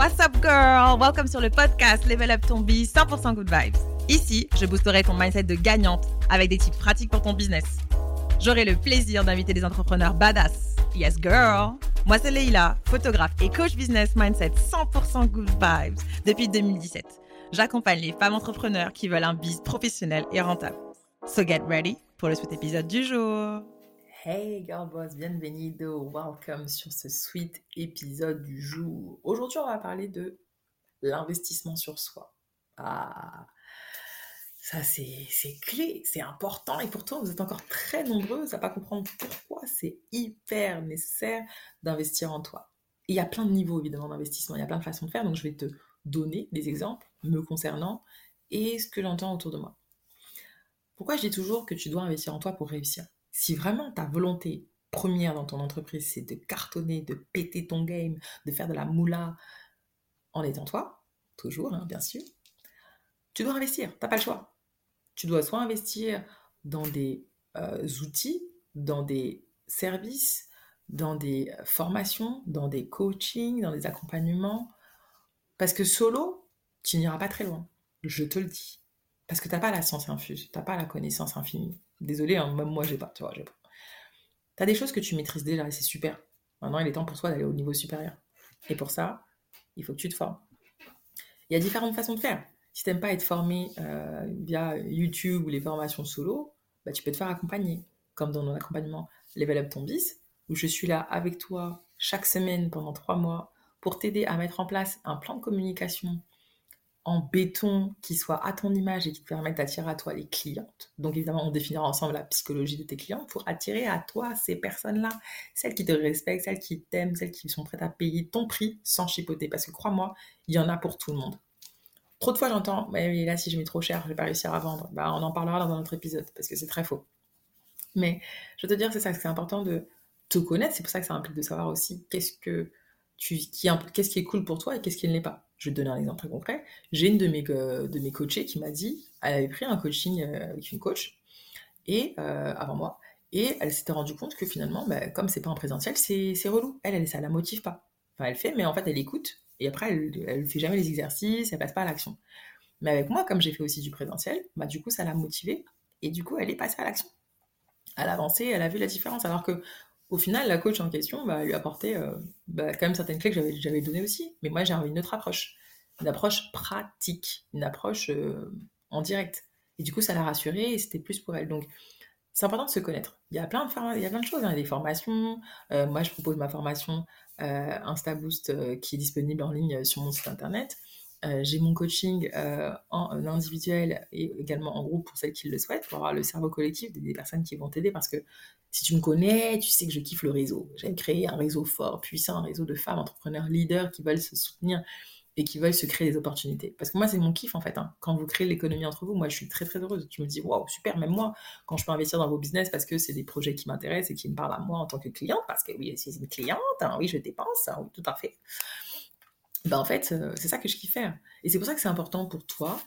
What's up girl? Welcome sur le podcast Level Up ton Biz 100% Good Vibes. Ici, je boosterai ton mindset de gagnante avec des tips pratiques pour ton business. J'aurai le plaisir d'inviter des entrepreneurs badass. Yes girl! Moi c'est Leïla, photographe et coach business mindset 100% Good Vibes depuis 2017. J'accompagne les femmes entrepreneurs qui veulent un biz professionnel et rentable. So get ready pour le sweet épisode du jour. Hey girl boss, bienvenido, welcome sur ce sweet épisode du jour. Aujourd'hui, on va parler de l'investissement sur soi. Ça c'est clé, c'est important et pourtant vous êtes encore très nombreuses à pas comprendre pourquoi c'est hyper nécessaire d'investir en toi. Et il y a plein de niveaux évidemment d'investissement, il y a plein de façons de faire, donc je vais te donner des exemples me concernant et ce que j'entends autour de moi. Pourquoi je dis toujours que tu dois investir en toi pour réussir ? Si vraiment ta volonté première dans ton entreprise, c'est de cartonner, de péter ton game, de faire de la moula en étant toi, toujours, bien sûr, tu dois investir, t'as pas le choix. Tu dois soit investir dans des outils, dans des services, dans des formations, dans des coachings, dans des accompagnements, parce que solo, tu n'iras pas très loin, je te le dis. Parce que t'as pas la science infuse, t'as pas la connaissance infinie. Désolée, même moi j'ai pas, tu vois, j'ai pas. T'as des choses que tu maîtrises déjà et c'est super. Maintenant, il est temps pour toi d'aller au niveau supérieur. Et pour ça, il faut que tu te formes. Il y a différentes façons de faire. Si t'aimes pas être formé via YouTube ou les formations solo, bah, tu peux te faire accompagner, comme dans mon accompagnement Level Up ton Biz, où je suis là avec toi chaque semaine pendant 3 mois pour t'aider à mettre en place un plan de communication en béton qui soit à ton image et qui te permette d'attirer à toi les clientes. Donc évidemment, on définira ensemble la psychologie de tes clients pour attirer à toi ces personnes-là, celles qui te respectent, celles qui t'aiment, celles qui sont prêtes à payer ton prix sans chipoter. Parce que crois-moi, il y en a pour tout le monde. Trop de fois, j'entends « mais là, si je mets trop cher, je vais pas réussir à vendre ». Bah, on en parlera dans un autre épisode parce que c'est très faux. Mais je veux te dire, c'est ça, c'est important de te connaître. C'est pour ça que ça implique de savoir aussi qu'est-ce qui est cool pour toi et qu'est-ce qui ne l'est pas. Je vais te donner un exemple très concret. J'ai une de mes coachées qui m'a dit, elle avait pris un coaching avec une coach et avant moi, et elle s'était rendue compte que finalement, comme c'est pas en présentiel, c'est relou. Ça la motive pas. Enfin, elle fait, mais en fait, elle écoute et après, elle fait jamais les exercices, elle passe pas à l'action. Mais avec moi, comme j'ai fait aussi du présentiel, du coup, ça l'a motivée et du coup, elle est passée à l'action. Elle a avancé, elle a vu la différence. Alors que au final, la coach en question lui apportait quand même certaines clés que j'avais données aussi. Mais moi, j'ai une autre approche. Une approche pratique. Une approche en direct. Et du coup, ça l'a rassurée et c'était plus pour elle. Donc, c'est important de se connaître. Il y a plein de choses. Il y a des formations. Moi, je propose ma formation InstaBoost qui est disponible en ligne sur mon site internet. J'ai mon coaching en individuel et également en groupe pour celles qui le souhaitent, pour avoir le cerveau collectif des personnes qui vont t'aider parce que si tu me connais, tu sais que je kiffe le réseau. J'aime créer un réseau fort, puissant, un réseau de femmes entrepreneurs leaders qui veulent se soutenir et qui veulent se créer des opportunités. Parce que moi, c'est mon kiff en fait. Quand vous créez l'économie entre vous, moi, je suis très très heureuse. Tu me dis, waouh, super, même moi, quand je peux investir dans vos business parce que c'est des projets qui m'intéressent et qui me parlent à moi en tant que cliente, parce que oui, c'est une cliente, oui, je dépense, oui, tout à fait. En fait, c'est ça que je kiffe faire. Et c'est pour ça que c'est important pour toi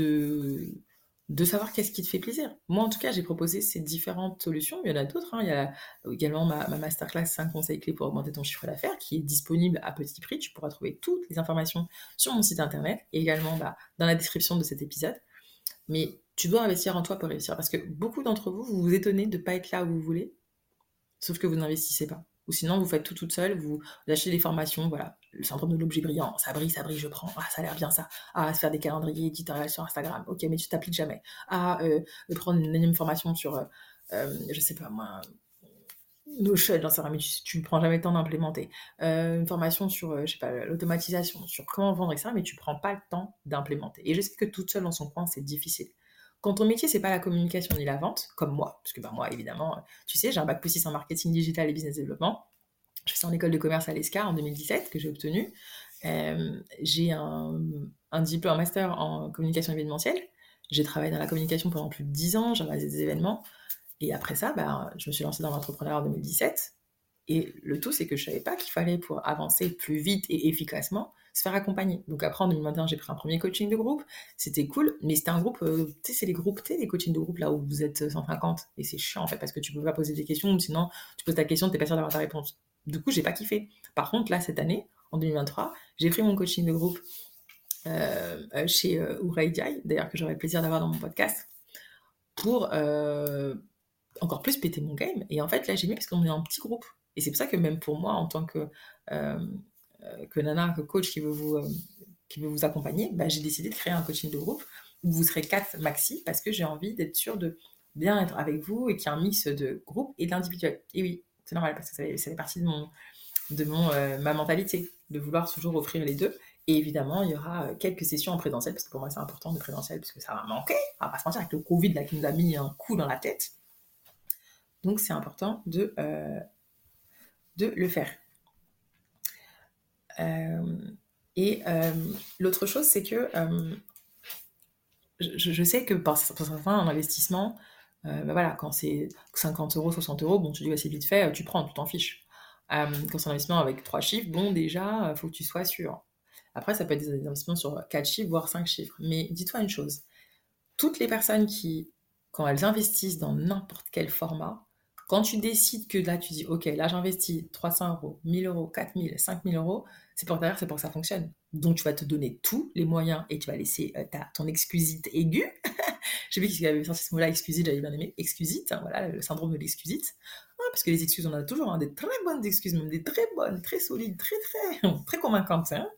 de savoir qu'est-ce qui te fait plaisir. Moi, en tout cas, j'ai proposé ces différentes solutions. Il y en a d'autres. Il y a également ma masterclass 5 conseils clés pour augmenter ton chiffre d'affaires qui est disponible à petit prix. Tu pourras trouver toutes les informations sur mon site internet et également dans la description de cet épisode. Mais tu dois investir en toi pour réussir parce que beaucoup d'entre vous, vous vous étonnez de ne pas être là où vous voulez, sauf que vous n'investissez pas. Ou sinon, vous faites tout toute seule, vous achetez des formations, voilà, le syndrome de l'objet brillant, ça brille, je prends, ça a l'air bien ça. Se faire des calendriers éditoriaux sur Instagram, ok, mais tu t'appliques jamais. Prendre une énième formation sur, je sais pas moi, Notion, j'en sais rien, mais tu ne prends jamais le temps d'implémenter. Une formation sur, je sais pas, l'automatisation, sur comment vendre, etc., mais tu prends pas le temps d'implémenter. Et je sais que toute seule dans son coin, c'est difficile. Quand ton métier, c'est pas la communication ni la vente, comme moi, parce que moi, évidemment, tu sais, j'ai un bac +6 en marketing digital et business développement. Je fais ça en école de commerce à l'ESCA en 2017, que j'ai obtenu. J'ai un diplôme, un master en communication événementielle. J'ai travaillé dans la communication pendant plus de 10 ans, j'ai organisé des événements. Et après ça, je me suis lancée dans l'entrepreneuriat en 2017. Et le tout, c'est que je savais pas qu'il fallait, pour avancer plus vite et efficacement, se faire accompagner. Donc après, en 2021, j'ai pris un premier coaching de groupe. C'était cool, mais c'était un groupe, tu sais, c'est les groupes, tu sais, les coachings de groupe là où vous êtes 150. Et c'est chiant en fait, parce que tu peux pas poser des questions, ou sinon tu poses ta question, t'es pas sûr d'avoir ta réponse. Du coup, j'ai pas kiffé. Par contre, là, cette année, en 2023, j'ai pris mon coaching de groupe chez Ourey Diaye, d'ailleurs que j'aurai le plaisir d'avoir dans mon podcast, pour encore plus péter mon game. Et en fait, là, j'ai mis parce qu'on est en petit groupe. Et c'est pour ça que même pour moi, en tant que nana, que coach qui veut vous accompagner, bah, j'ai décidé de créer un coaching de groupe où vous serez 4 maxi parce que j'ai envie d'être sûre de bien être avec vous et qu'il y a un mix de groupe et d'individuel. Et oui, c'est normal parce que ça fait partie de ma mentalité, de vouloir toujours offrir les deux. Et évidemment, il y aura quelques sessions en présentiel, parce que pour moi, c'est important de présentiel, parce que ça va manquer. On va pas se mentir, avec le Covid là, qui nous a mis un coup dans la tête. Donc, c'est important de le faire. L'autre chose, c'est que je sais que pour certains, en investissement, voilà, quand c'est 50 euros, 60 euros, bon, tu dis, ouais, c'est vite fait, tu prends, tu t'en fiches. Quand c'est un investissement avec 3 chiffres, bon, déjà, il faut que tu sois sûr. Après, ça peut être des investissements sur 4 chiffres, voire 5 chiffres. Mais dis-toi une chose, toutes les personnes qui, quand elles investissent dans n'importe quel format, quand tu décides que là, tu dis, OK, là, j'investis 300 euros, 1000 euros, 4000, 5000 euros, c'est pour derrière, c'est pour que ça fonctionne. Donc, tu vas te donner tous les moyens et tu vas laisser ton excusite aiguë. J'ai vu qu'il avait sorti ce mot-là, excusite, j'avais bien aimé. Excusite, hein, voilà, le syndrome de l'excusite. Parce que les excuses, on en a toujours, hein, des très bonnes excuses, même des très bonnes, très solides, très, très, très convaincantes. Hein.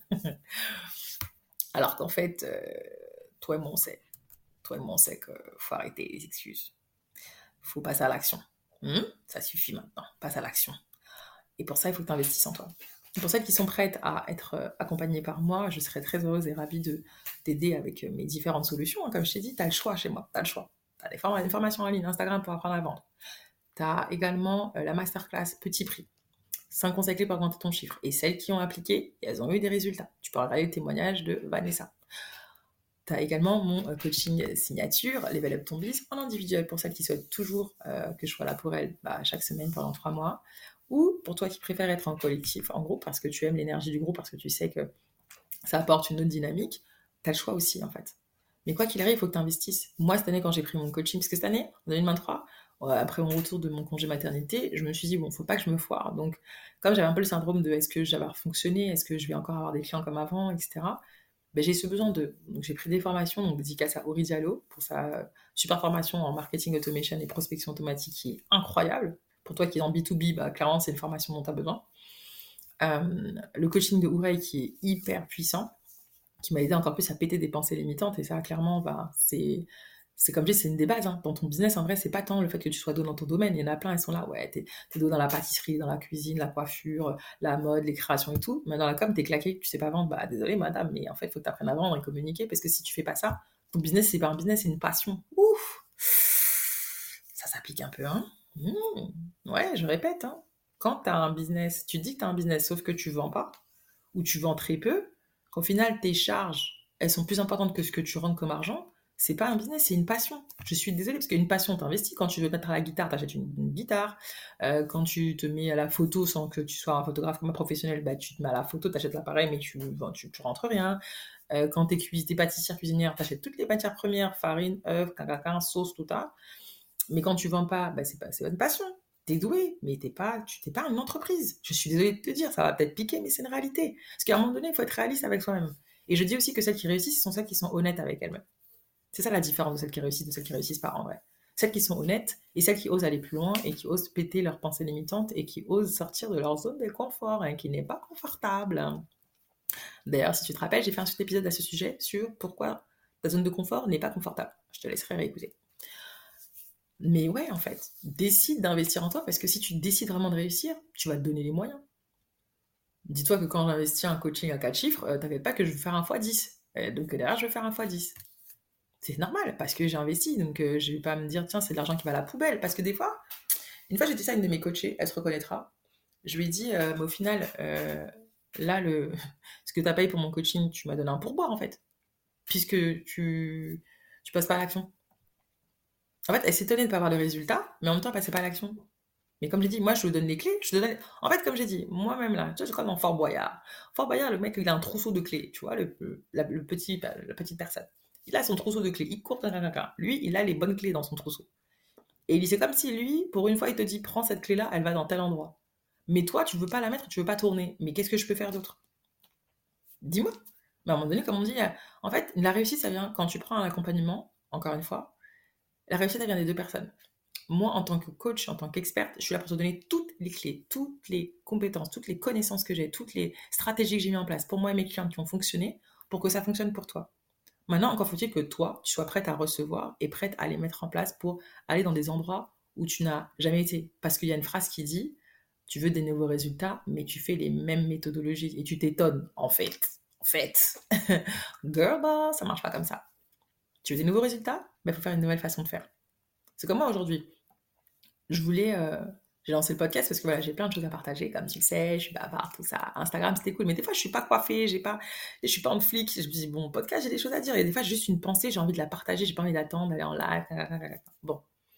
Alors qu'en fait, toi et moi, on sait qu'il faut arrêter les excuses. Il faut passer à l'action. Ça suffit maintenant, passe à l'action. Et pour ça, il faut que tu investisses en toi. Et pour celles qui sont prêtes à être accompagnées par moi, je serais très heureuse et ravie de t'aider avec mes différentes solutions. Comme je t'ai dit, tu as le choix chez moi, tu as le choix. Tu as des formations en ligne, Instagram pour apprendre à vendre. Tu as également la masterclass petit prix. 5 conseils clés pour augmenter ton chiffre. Et celles qui ont appliqué, elles ont eu des résultats. Tu peux regarder le témoignage de Vanessa. Tu as également mon coaching signature, Level Up Ton Biz, en individuel pour celles qui souhaitent toujours que je sois là pour elles chaque semaine pendant 3 mois. Ou pour toi qui préfères être en collectif, en groupe, parce que tu aimes l'énergie du groupe, parce que tu sais que ça apporte une autre dynamique, tu as le choix aussi en fait. Mais quoi qu'il arrive, il faut que tu investisses. Moi, cette année, quand j'ai pris mon coaching, parce que cette année, en 2023, après mon retour de mon congé maternité, je me suis dit, bon, faut pas que je me foire. Donc, comme j'avais un peu le syndrome de est-ce que je vais avoir fonctionné, est-ce que je vais encore avoir des clients comme avant, etc., ben, j'ai ce besoin de. Donc, j'ai pris des formations, donc dédicace à Ori Diallo pour sa super formation en marketing automation et prospection automatique qui est incroyable. Pour toi qui es en B2B, clairement, c'est une formation dont tu as besoin. Le coaching de Ourey qui est hyper puissant, qui m'a aidé encore plus à péter des pensées limitantes. Et ça, clairement, c'est comme je dis, c'est une des bases. Hein. Dans ton business, en vrai, c'est pas tant le fait que tu sois doué dans ton domaine. Il y en a plein, ils sont là. Ouais, t'es doué dans la pâtisserie, dans la cuisine, la coiffure, la mode, les créations et tout. Mais dans la com, t'es claqué, tu sais pas vendre. Désolé, madame, mais en fait, il faut que tu apprennes à vendre et communiquer parce que si tu fais pas ça, ton business, c'est pas un business, c'est une passion. Ouf! Ça s'applique un peu, hein? Ouais, je répète, hein. Quand tu as un business, tu dis que tu as un business, sauf que tu vends pas, ou tu vends très peu, qu'au final, tes charges, elles sont plus importantes que ce que tu rentres comme argent, c'est pas un business, c'est une passion. Je suis désolée, parce qu'une passion, t'investis. Quand tu veux te mettre à la guitare, t'achètes une guitare. Quand tu te mets à la photo sans que tu sois un photographe comme un professionnel, tu te mets à la photo, t'achètes l'appareil, mais tu rentres rien. Quand t'es pâtissière, cuisinière, t'achètes toutes les matières premières, farine, œufs, cacaca, sauce, tout ça. Mais quand tu vends pas, c'est une passion. T'es doué, mais t'es pas une entreprise. Je suis désolée de te dire, ça va peut-être piquer, mais c'est une réalité. Parce qu'à un moment donné, il faut être réaliste avec soi-même. Et je dis aussi que celles qui réussissent, ce sont celles qui sont honnêtes avec elles-mêmes. C'est ça la différence de celles qui réussissent de celles qui réussissent pas en vrai. Celles qui sont honnêtes et celles qui osent aller plus loin et qui osent péter leurs pensées limitantes et qui osent sortir de leur zone de confort, qui n'est pas confortable. D'ailleurs, si tu te rappelles, j'ai fait un petit épisode à ce sujet sur pourquoi ta zone de confort n'est pas confortable. Je te laisserai réécouter. Mais ouais, en fait, décide d'investir en toi parce que si tu décides vraiment de réussir, tu vas te donner les moyens. Dis-toi que quand j'investis un coaching à 4 chiffres, t'inquiète pas que je vais faire un x10. Donc derrière, je vais faire un x10. C'est normal parce que j'ai investi, donc je vais pas me dire tiens, c'est de l'argent qui va à la poubelle. Parce que des fois, une fois j'ai dit ça à une de mes coachées, elle se reconnaîtra. Je lui ai dit, mais au final, là, ce que tu as payé pour mon coaching, tu m'as donné un pourboire en fait, puisque tu passes pas à l'action. En fait, elle s'étonnait de ne pas avoir de résultat, mais en même temps, elle passait pas à l'action. Mais comme j'ai dit, moi, je lui donne les clés. En fait, comme j'ai dit, moi-même, là, tu vois, je crois dans Fort Boyard. Fort Boyard, le mec, il a un trousseau de clés, tu vois, la petite personne. Il a son trousseau de clés. Il court, lui, il a les bonnes clés dans son trousseau. Et c'est comme si lui, pour une fois, il te dit, prends cette clé-là, elle va dans tel endroit. Mais toi, tu veux pas la mettre, tu veux pas tourner. Mais qu'est-ce que je peux faire d'autre? Dis-moi. Mais à un moment donné, comme on dit, en fait, la réussite, ça vient quand tu prends un accompagnement, encore une fois, la réussite, ça vient des deux personnes. Moi, en tant que coach, en tant qu'experte, je suis là pour te donner toutes les clés, toutes les compétences, toutes les connaissances que j'ai, toutes les stratégies que j'ai mis en place pour moi et mes clients qui ont fonctionné, pour que ça fonctionne pour toi. Maintenant, encore faut-il que toi, tu sois prête à recevoir et prête à les mettre en place pour aller dans des endroits où tu n'as jamais été. Parce qu'il y a une phrase qui dit, tu veux des nouveaux résultats, mais tu fais les mêmes méthodologies et tu t'étonnes. En fait, girl boss, ça marche pas comme ça. Tu veux des nouveaux résultats? Il faut faire une nouvelle façon de faire. C'est comme moi aujourd'hui. Je voulais, j'ai lancé le podcast parce que voilà, j'ai plein de choses à partager, comme tu le sais, je suis bavarde, tout ça. Instagram, c'était cool, mais des fois, je suis pas coiffée, je suis pas en flic. Je me dis, bon, podcast, j'ai des choses à dire. Et des fois, j'ai juste une pensée, j'ai envie de la partager, j'ai pas envie d'attendre, d'aller en live. Bon.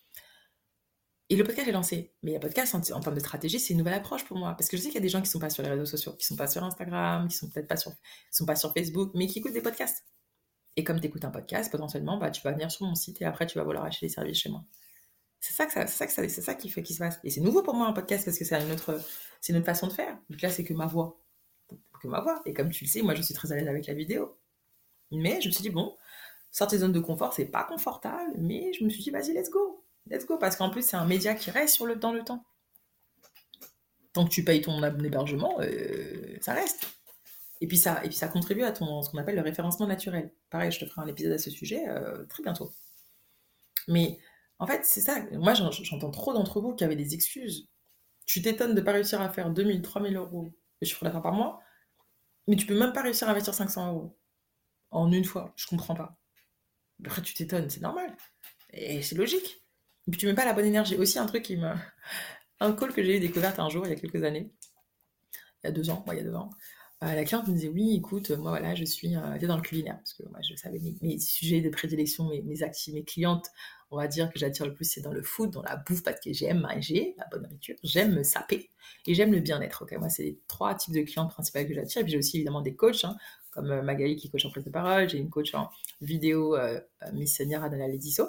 Et le podcast, j'ai lancé. Mais le podcast, en termes de stratégie, c'est une nouvelle approche pour moi. Parce que je sais qu'il y a des gens qui sont pas sur les réseaux sociaux, qui sont pas sur Instagram, qui sont peut-être pas sont pas sur Facebook, mais qui écoutent des podcasts. Et comme tu écoutes un podcast, potentiellement, bah, tu vas venir sur mon site et après, tu vas vouloir acheter les services chez moi. C'est ça qui se passe. Et c'est nouveau pour moi un podcast parce que c'est une autre façon de faire. Donc là, c'est que ma voix. Et comme tu le sais, moi, je suis très à l'aise avec la vidéo. Mais je me suis dit, bon, sortir des zones de confort, c'est pas confortable, mais je me suis dit, vas-y, let's go. Let's go. Parce qu'en plus, c'est un média qui reste dans le temps. Tant que tu payes ton hébergement, ça reste. Et puis ça contribue à ce qu'on appelle le référencement naturel. Pareil, je te ferai un épisode à ce sujet très bientôt. Mais en fait, c'est ça. Moi, j'entends trop d'entre vous qui avaient des excuses. Tu t'étonnes de ne pas réussir à faire 2000, 3000 euros de chiffre d'affaires par mois, mais tu peux même pas réussir à investir 500 euros en une fois. Je comprends pas. Après, tu t'étonnes, c'est normal. Et c'est logique. Et puis tu mets pas la bonne énergie. Aussi, un truc qui m'a. Un call que j'ai eu découverte un jour, il y a quelques années, il y a 2 ans, il y a 2 ans. La cliente me disait, oui, écoute, moi voilà, je suis dans le culinaire, parce que moi je savais mes sujets de prédilection, mes clientes, on va dire que j'attire le plus, c'est dans le food, dans la bouffe, parce que j'aime manger, la bonne nourriture, j'aime me saper, et j'aime le bien-être. Okay, moi, c'est les 3 types de clientes principales que j'attire, et puis j'ai aussi évidemment des coachs, hein, comme Magali qui coach en prise de parole, j'ai une coach en vidéo, missionnaire Adana Lediso.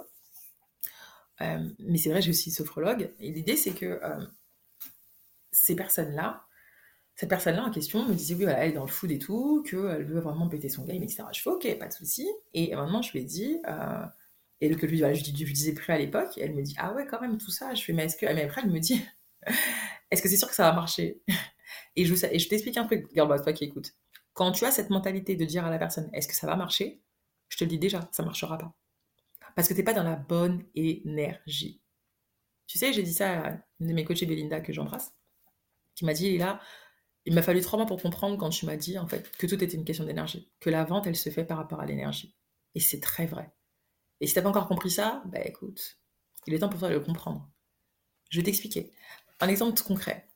Mais c'est vrai, j'ai aussi sophrologue, et l'idée c'est que ces personnes-là, cette personne-là en question me disait, oui, voilà, elle est dans le food et tout, qu'elle veut vraiment péter son game, etc. Je fais, ok, pas de souci. Et maintenant, je lui ai dit, et que lui, voilà, je lui disais le prix à l'époque, et elle me dit, ah ouais, quand même, tout ça. Je fais, mais mais après, elle me dit, est-ce que c'est sûr que ça va marcher? Et je t'explique un truc, regarde, toi qui écoutes. Quand tu as cette mentalité de dire à la personne, est-ce que ça va marcher? Je te le dis déjà, ça marchera pas. Parce que t'es pas dans la bonne énergie. Tu sais, j'ai dit ça à une de mes coachées, Belinda, que j'embrasse, qui m'a dit, là, il m'a fallu 3 mois pour comprendre quand tu m'as dit, en fait, que tout était une question d'énergie. Que la vente, elle se fait par rapport à l'énergie. Et c'est très vrai. Et si t'as pas encore compris ça, bah écoute, il est temps pour toi de le comprendre. Je vais t'expliquer. Un exemple tout concret.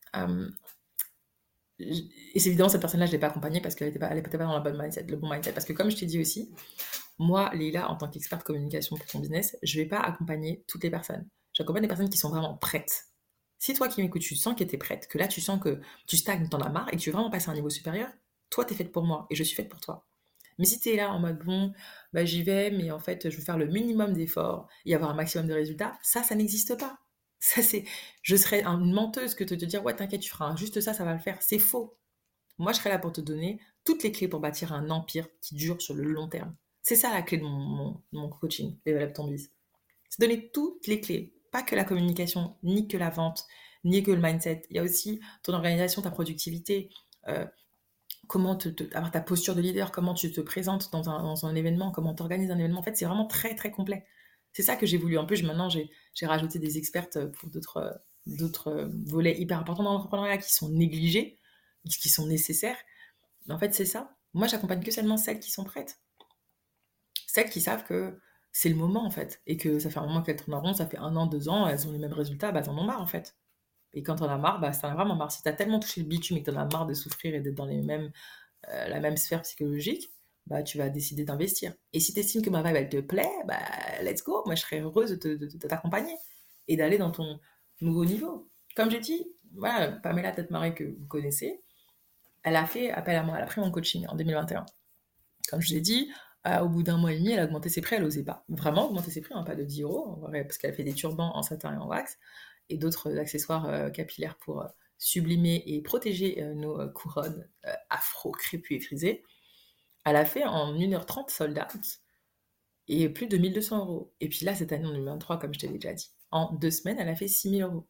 Et c'est évidemment, cette personne-là, je l'ai pas accompagnée parce qu'elle était pas dans le bon mindset. Parce que comme je t'ai dit aussi, moi, Leïla, en tant qu'experte communication pour ton business, je vais pas accompagner toutes les personnes. J'accompagne des personnes qui sont vraiment prêtes. Si toi qui m'écoutes, tu sens que tu es prête, que là tu sens que tu stagnes, t'en as marre et que tu veux vraiment passer à un niveau supérieur, toi t'es faite pour moi et je suis faite pour toi. Mais si tu es là en mode bon, bah j'y vais, mais en fait je veux faire le minimum d'efforts et avoir un maximum de résultats, ça n'existe pas. Ça c'est, je serais une menteuse que de te dire ouais t'inquiète tu feras juste ça, ça va le faire. C'est faux. Moi je serais là pour te donner toutes les clés pour bâtir un empire qui dure sur le long terme. C'est ça la clé de mon coaching, Level Up Ton Biz. C'est donner toutes les clés, pas que la communication, ni que la vente, ni que le mindset. Il y a aussi ton organisation, ta productivité, comment avoir ta posture de leader, comment tu te présentes dans un événement, comment tu organises un événement. En fait, c'est vraiment très, très complet. C'est ça que j'ai voulu. En plus, maintenant, j'ai rajouté des expertes pour d'autres volets hyper importants dans l'entrepreneuriat qui sont négligés, qui sont nécessaires. Mais en fait, c'est ça. Moi, j'accompagne que seulement celles qui sont prêtes. Celles qui savent que c'est le moment, en fait. Et que ça fait un moment qu'elles tournent en rond, ça fait 1 an, 2 ans, elles ont les mêmes résultats, bah, elles en ont marre, en fait. Et quand t'en as marre, bah, t'en as vraiment marre. Si t'as tellement touché le bitume et que t'en as marre de souffrir et d'être dans la même sphère psychologique, bah, tu vas décider d'investir. Et si t'estimes que ma vibe, elle te plaît, bah, let's go. Moi, je serais heureuse de t'accompagner et d'aller dans ton nouveau niveau. Comme j'ai dit, voilà, Pamela Tête-Marais, que vous connaissez, elle a fait appel à moi, elle a pris mon coaching en 2021. Comme je l'ai dit, au bout d'1 mois et demi, elle a augmenté ses prix, elle n'osait pas. Vraiment augmenter ses prix, hein, pas de 10 euros, en vrai, parce qu'elle fait des turbans en satin et en wax, et d'autres accessoires capillaires pour sublimer et protéger nos couronnes afro, crépus et frisées. Elle a fait en 1h30 sold out et plus de 1 200 €. Et puis là, cette année, en 2023, comme je t'ai déjà dit, en 2 semaines, elle a fait 6 000 €.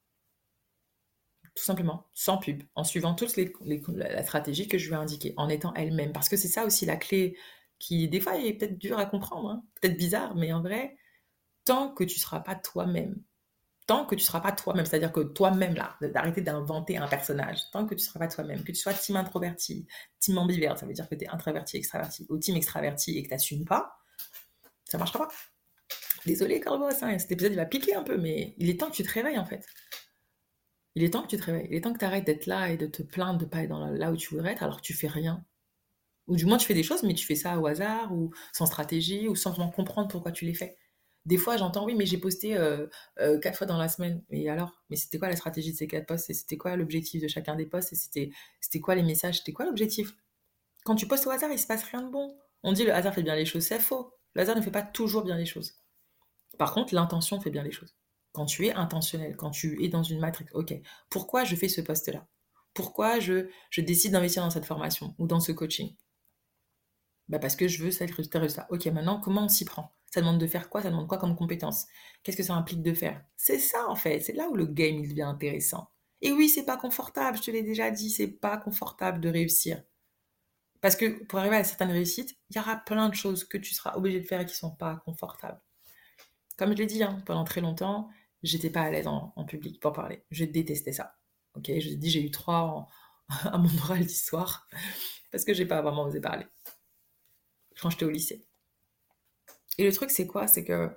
Tout simplement, sans pub, en suivant toutes la stratégie que je lui ai indiquée, en étant elle-même. Parce que c'est ça aussi la clé qui, des fois, est peut-être dure à comprendre, hein, peut-être bizarre, mais en vrai, tant que tu ne seras pas toi-même, c'est-à-dire que toi-même, là, d'arrêter d'inventer un personnage, tant que tu ne seras pas toi-même, que tu sois team introverti, team ambivert, ça veut dire que tu es introverti, extraverti, ou team extraverti et que tu n'assumes pas, ça ne marchera pas. Désolé, Corbeau, cet épisode, il va piquer un peu, mais il est temps que tu te réveilles, en fait. Il est temps que tu te réveilles. Il est temps que tu arrêtes d'être là et de te plaindre de ne pas être là où tu voudrais être alors que tu fais rien. Ou du moins, tu fais des choses, mais tu fais ça au hasard, ou sans stratégie, ou sans vraiment comprendre pourquoi tu les fais. Des fois, j'entends, oui, mais j'ai posté 4 fois dans la semaine. Et alors? Mais c'était quoi la stratégie de ces 4 posts? Et c'était quoi l'objectif de chacun des posts? Et c'était quoi les messages? C'était quoi l'objectif? Quand tu postes au hasard, il se passe rien de bon. On dit le hasard fait bien les choses, c'est faux. Le hasard ne fait pas toujours bien les choses. Par contre, l'intention fait bien les choses. Quand tu es intentionnel, quand tu es dans une matrix, ok, pourquoi je fais ce poste-là? Pourquoi je décide d'investir dans cette formation ou dans ce coaching? Bah parce que je veux ça, tel résultat. Ok, maintenant, comment on s'y prend? Ça demande de faire quoi? Ça demande quoi comme compétence? Qu'est-ce que ça implique de faire? C'est ça, en fait. C'est là où le game, il devient intéressant. Et oui, c'est pas confortable, je te l'ai déjà dit, c'est pas confortable de réussir. Parce que pour arriver à certaines réussites, il y aura plein de choses que tu seras obligé de faire et qui sont pas confortables. Comme je l'ai dit, hein, pendant très longtemps, j'étais pas à l'aise en public pour parler. Je détestais ça. Ok, je dis, j'ai eu 3 à mon oral d'histoire parce que j'ai pas vraiment osé parler quand j'étais au lycée. Et le truc, c'est quoi? C'est que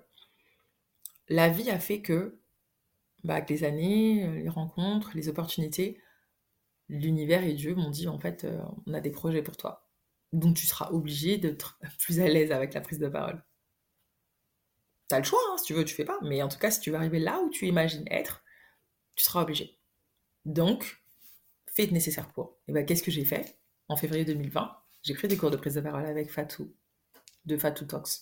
la vie a fait que, bah, avec les années, les rencontres, les opportunités, l'univers et Dieu m'ont dit, en fait, on a des projets pour toi. Donc tu seras obligé d'être plus à l'aise avec la prise de parole. T'as le choix, hein, si tu veux, tu fais pas. Mais en tout cas, si tu veux arriver là où tu imagines être, tu seras obligé. Donc, fais le nécessaire pour. Et ben, qu'est-ce que j'ai fait? En février 2020, j'ai pris des cours de prise de parole avec Fatou, de Fatou Talks.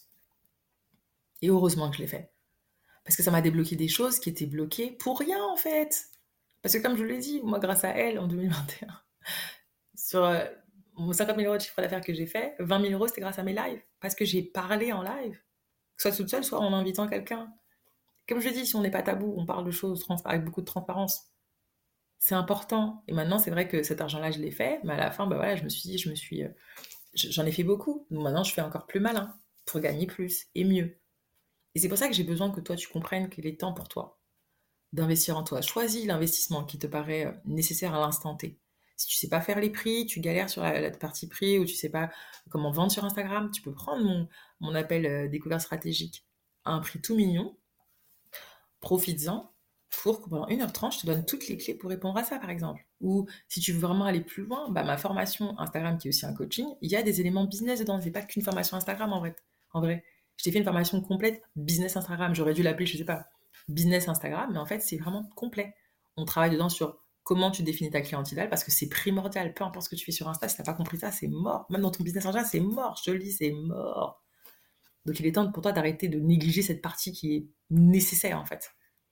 Et heureusement que je l'ai fait. Parce que ça m'a débloqué des choses qui étaient bloquées pour rien, en fait. Parce que comme je l'ai dit, moi, grâce à elle, en 2021, sur mon 50 000 € de chiffre d'affaires que j'ai fait, 20 000 €, c'était grâce à mes lives. Parce que j'ai parlé en live. Soit toute seule, soit en invitant quelqu'un. Comme je dis, si on n'est pas tabou, on parle de choses avec beaucoup de transparence. C'est important. Et maintenant, c'est vrai que cet argent-là, je l'ai fait, mais à la fin, bah voilà, je me suis dit, j'en ai fait beaucoup. Donc maintenant, je fais encore plus malin pour gagner plus et mieux. Et c'est pour ça que j'ai besoin que toi, tu comprennes qu'il est temps pour toi d'investir en toi. Choisis l'investissement qui te paraît nécessaire à l'instant T. Si tu sais pas faire les prix, tu galères sur la partie prix ou tu sais pas comment vendre sur Instagram, tu peux prendre mon appel découverte stratégique à un prix tout mignon. Profites-en pour que pendant 1h30, je te donne toutes les clés pour répondre à ça, par exemple. Ou si tu veux vraiment aller plus loin, bah, ma formation Instagram, qui est aussi un coaching, il y a des éléments business dedans. C'est pas qu'une formation Instagram, en vrai. Je t'ai fait une formation complète business Instagram. J'aurais dû l'appeler, je sais pas, business Instagram, mais en fait, c'est vraiment complet. On travaille dedans sur comment tu définis ta clientèle idéale, parce que c'est primordial. Peu importe ce que tu fais sur Insta, si t'as pas compris ça, c'est mort. Même dans ton business en général, c'est mort. Je te le dis, c'est mort. Donc il est temps pour toi d'arrêter de négliger cette partie qui est nécessaire, en fait.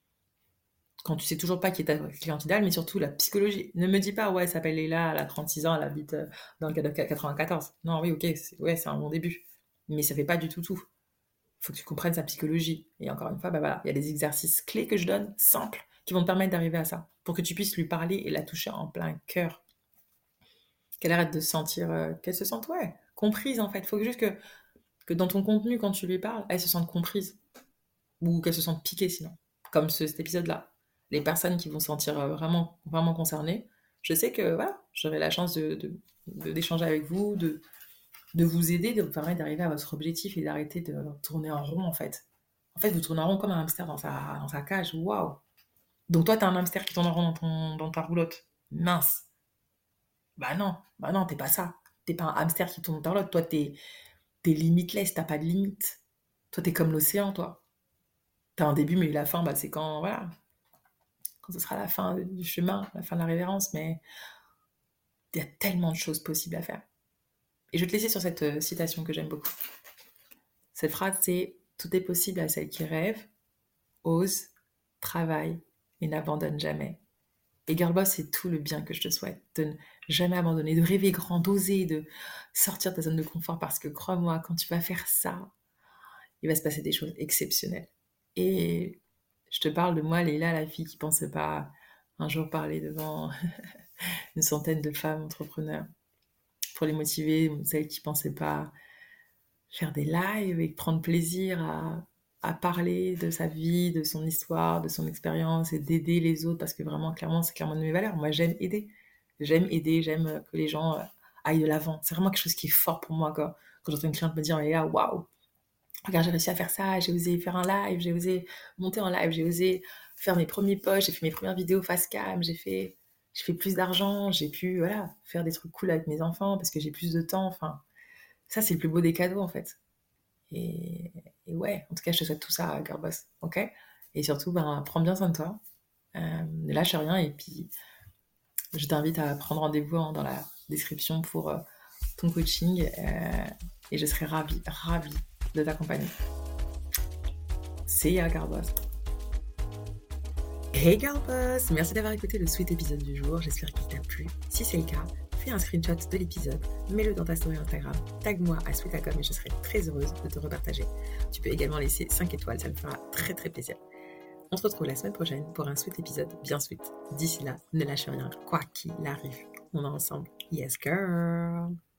Quand tu sais toujours pas qui est ta cliente idéale, mais surtout la psychologie. Ne me dis pas, ouais, elle s'appelle Leila, elle a 36 ans, elle habite dans le 94. Non, oui, ok, c'est un bon début. Mais ça fait pas du tout tout. Il faut que tu comprennes sa psychologie. Et encore une fois, bah voilà, il y a des exercices clés que je donne, simples, qui vont te permettre d'arriver à ça. Pour que tu puisses lui parler et la toucher en plein cœur. Qu'elle arrête de se sentir, qu'elle se sente, ouais, comprise en fait. Il faut juste que dans ton contenu, quand tu lui parles, elle se sente comprise. Ou qu'elle se sente piquée sinon. Comme cet épisode-là. Les personnes qui vont se sentir vraiment, vraiment concernées, je sais que voilà, j'aurai la chance d'échanger avec vous, de vous aider, de vous permettre d'arriver à votre objectif et d'arrêter de tourner en rond en fait. En fait, vous tournez en rond comme un hamster dans sa cage. Waouh! Donc toi, t'as un hamster qui tourne en rond dans ta roulotte. Mince. Bah non, t'es pas ça. T'es pas un hamster qui tourne dans ta roulotte. Toi, t'es limitless, t'as pas de limite. Toi, t'es comme l'océan, toi. T'as un début, mais la fin, bah, c'est voilà, quand ce sera la fin du chemin, la fin de la révérence, mais il y a tellement de choses possibles à faire. Et je vais te laisser sur cette citation que j'aime beaucoup. Cette phrase, c'est « Tout est possible à celle qui rêve, ose, travaille et n'abandonne jamais. Et girl boss, c'est tout le bien que je te souhaite, de ne jamais abandonner, de rêver grand, d'oser, de sortir de ta zone de confort, parce que crois-moi, quand tu vas faire ça, il va se passer des choses exceptionnelles. Et je te parle de moi, Leïla, la fille qui pensait pas un jour parler devant une centaine de femmes entrepreneurs pour les motiver, celles qui pensaient pas faire des lives et prendre plaisir à parler de sa vie, de son histoire, de son expérience et d'aider les autres parce que vraiment, clairement, c'est clairement de mes valeurs. Moi, j'aime aider. J'aime aider, j'aime que les gens aillent de l'avant. C'est vraiment quelque chose qui est fort pour moi quand j'entends une cliente me dire, mais là, waouh, regarde, j'ai réussi à faire ça, j'ai osé faire un live, j'ai osé monter en live, j'ai osé faire mes premiers posts, j'ai fait mes premières vidéos face cam, j'ai fait plus d'argent, j'ai pu voilà, faire des trucs cool avec mes enfants parce que j'ai plus de temps. Enfin, ça, c'est le plus beau des cadeaux en fait. Et, et ouais, en tout cas, je te souhaite tout ça, girl boss, ok? Et surtout, ben, prends bien soin de toi, ne lâche rien, et puis je t'invite à prendre rendez-vous dans la description pour ton coaching, et je serai ravie de t'accompagner. See ya, girl boss. Hey girl boss, merci d'avoir écouté le sweet épisode du jour, j'espère qu'il t'a plu. Si c'est le cas, fais un screenshot de l'épisode, mets-le dans ta story Instagram, tag-moi à sweetacom et je serai très heureuse de te repartager. Tu peux également laisser 5 étoiles, ça me fera très très plaisir. On se retrouve la semaine prochaine pour un sweet épisode bien sweet. D'ici là, ne lâche rien, quoi qu'il arrive. On est ensemble. Yes girl.